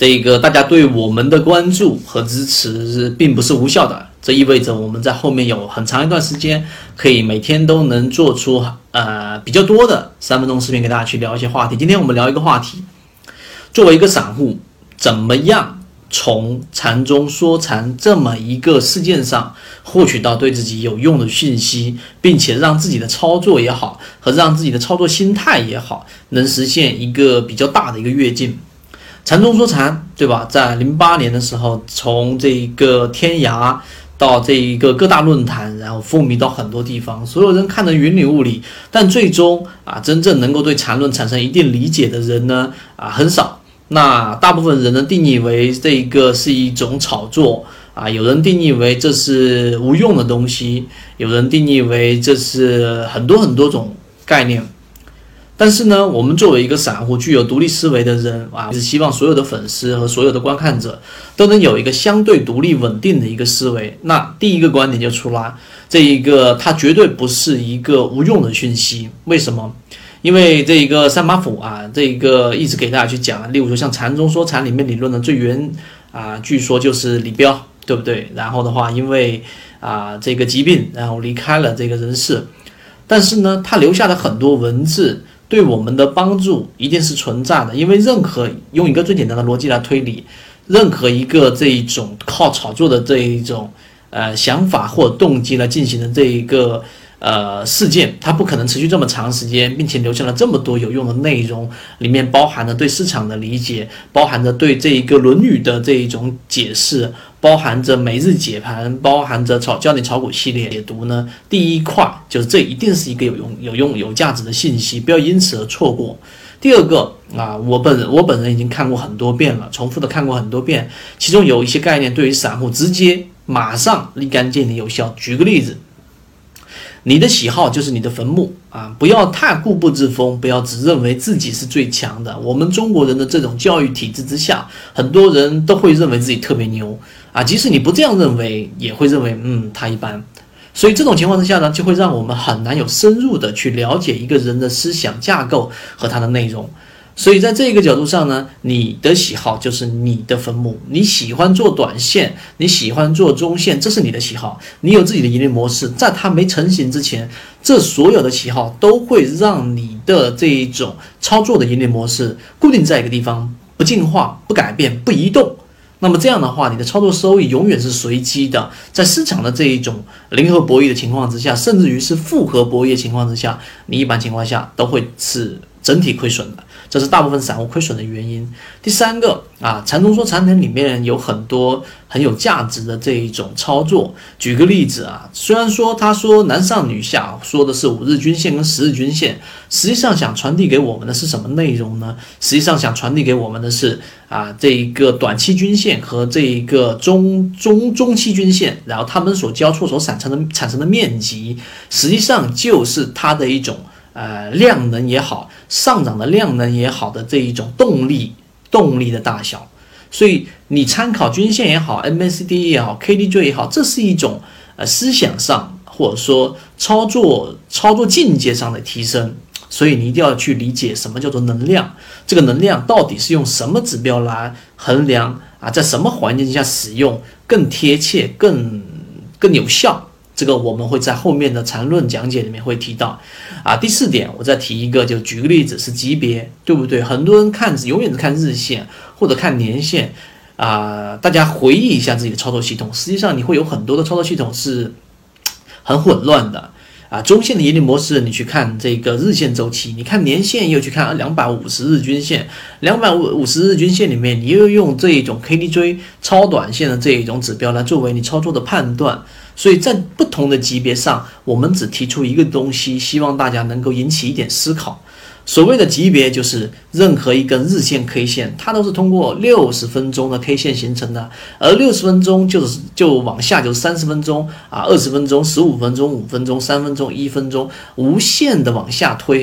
这个大家对我们的关注和支持并不是无效的，这意味着我们在后面有很长一段时间可以每天都能做出比较多的3分钟视频给大家去聊一些话题。今天我们聊一个话题，作为一个散户，怎么样从禅中说禅这么一个事件上获取到对自己有用的信息，并且让自己的操作也好和让自己的操作心态也好能实现一个比较大的一个跃进。禅中说禅，对吧？在08年的时候，从这个天涯到这一个各大论坛，然后风靡到很多地方，所有人看得云里雾里，但最终真正能够对禅论产生一定理解的人呢很少。那大部分人呢定义为这个是一种炒作有人定义为这是无用的东西，有人定义为这是很多很多种概念。但是呢，我们作为一个散户，具有独立思维的人是希望所有的粉丝和所有的观看者都能有一个相对独立稳定的一个思维。那第一个观点就出来，这一个它绝对不是一个无用的讯息。为什么？因为这一个三把斧这个一直给大家去讲，例如说像禅中说禅里面理论的最原据说就是李彪，对不对？然后的话，因为这个疾病，然后离开了这个人世，但是呢，他留下的很多文字对我们的帮助一定是存在的。因为任何用一个最简单的逻辑来推理，任何一个这一种靠炒作的这一种想法或者动机来进行的这一个事件，它不可能持续这么长时间，并且留下了这么多有用的内容，里面包含了对市场的理解，包含着对这一个《论语》的这一种解释，包含着每日解盘，包含着教你炒股系列解读呢。第一块就是这一定是一个有价值的信息，不要因此而错过。第二个我本人已经看过很多遍了，重复的看过很多遍，其中有一些概念对于散户直接马上立竿见影有效。举个例子，你的喜好就是你的坟墓不要太固步自封，不要只认为自己是最强的。我们中国人的这种教育体制之下，很多人都会认为自己特别牛即使你不这样认为，也会认为他一般。所以这种情况之下呢，就会让我们很难有深入的去了解一个人的思想架构和他的内容。所以在这个角度上呢，你的喜好就是你的坟墓。你喜欢做短线，你喜欢做中线，这是你的喜好，你有自己的盈利模式。在它没成型之前，这所有的喜好都会让你的这一种操作的盈利模式固定在一个地方，不进化、不改变、不移动。那么这样的话，你的操作收益永远是随机的。在市场的这一种零和博弈的情况之下，甚至于是复合博弈的情况之下，你一般情况下都会是整体亏损的，这是大部分散户亏损的原因。第三个禅中说禅里面有很多很有价值的这一种操作。举个例子虽然说他说男上女下，说的是5日均线跟10日均线，实际上想传递给我们的是什么内容呢？实际上想传递给我们的是这一个短期均线和这一个中期均线，然后它们所交错所产生的面积，实际上就是它的一种量能也好，上涨的量能也好的这一种动力的大小。所以你参考均线也好， MACD 也好， KDJ 也好，这是一种思想上或者说操作境界上的提升。所以你一定要去理解什么叫做能量，这个能量到底是用什么指标来衡量在什么环境下使用更贴切更有效。这个我们会在后面的禅论讲解里面会提到第4点，我再提一个，就举个例子，是级别，对不对？很多人永远是看日线或者看年线大家回忆一下自己的操作系统，实际上你会有很多的操作系统是很混乱的中线的盈利模式，你去看这个日线周期，你看年线又去看250日均线，250日均线里面你又用这一种 KDJ 超短线的这一种指标来作为你操作的判断。所以在不同的级别上，我们只提出一个东西，希望大家能够引起一点思考。所谓的级别就是任何一根日线 K 线，它都是通过60分钟的 K 线形成的，而60分钟就往下就是30分钟20分钟、15分钟、5分钟、3分钟、1分钟，无限的往下推。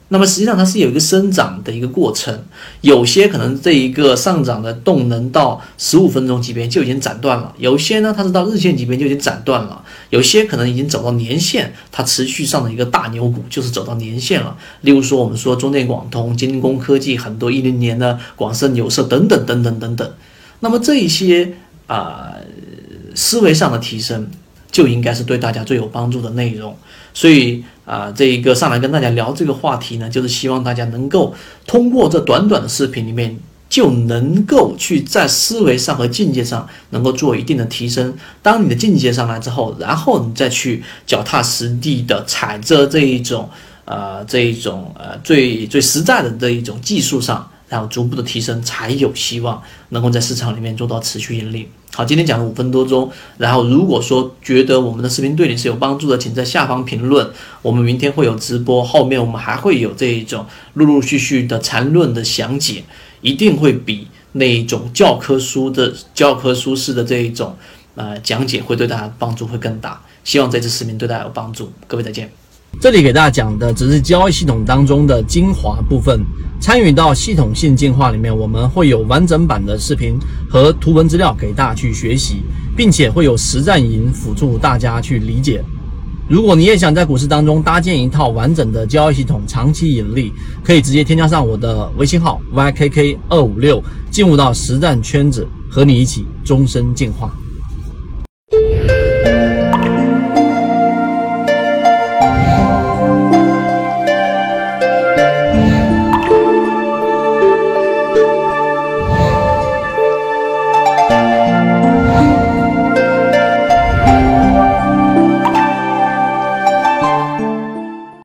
那么实际上它是有一个生长的一个过程，有些可能这一个上涨的动能到15分钟级别就已经斩断了，有些呢它是到日线级别就已经斩断了，有些可能已经走到年线，它持续上的一个大牛股就是走到年线了。例如说我们说中电广通、金工科技，很多10年的广深有色等等等等等等。那么这一些思维上的提升就应该是对大家最有帮助的内容。所以这一个上来跟大家聊这个话题呢，就是希望大家能够通过这短短的视频里面，就能够去在思维上和境界上能够做一定的提升。当你的境界上来之后，然后你再去脚踏实地的踩着这一种最实在的这一种技术上，然后逐步的提升，才有希望能够在市场里面做到持续盈利。好，今天讲了5分多钟，然后如果说觉得我们的视频对你是有帮助的，请在下方评论。我们明天会有直播，后面我们还会有这一种陆陆续续的缠论的详解，一定会比那一种教科书式的这一种讲解会对大家帮助会更大。希望这次视频对大家有帮助，各位再见。这里给大家讲的只是交易系统当中的精华部分，参与到系统性进化里面，我们会有完整版的视频和图文资料给大家去学习，并且会有实战营辅助大家去理解。如果你也想在股市当中搭建一套完整的交易系统，长期盈利，可以直接添加上我的微信号 YKK256，进入到实战圈子，和你一起终身进化。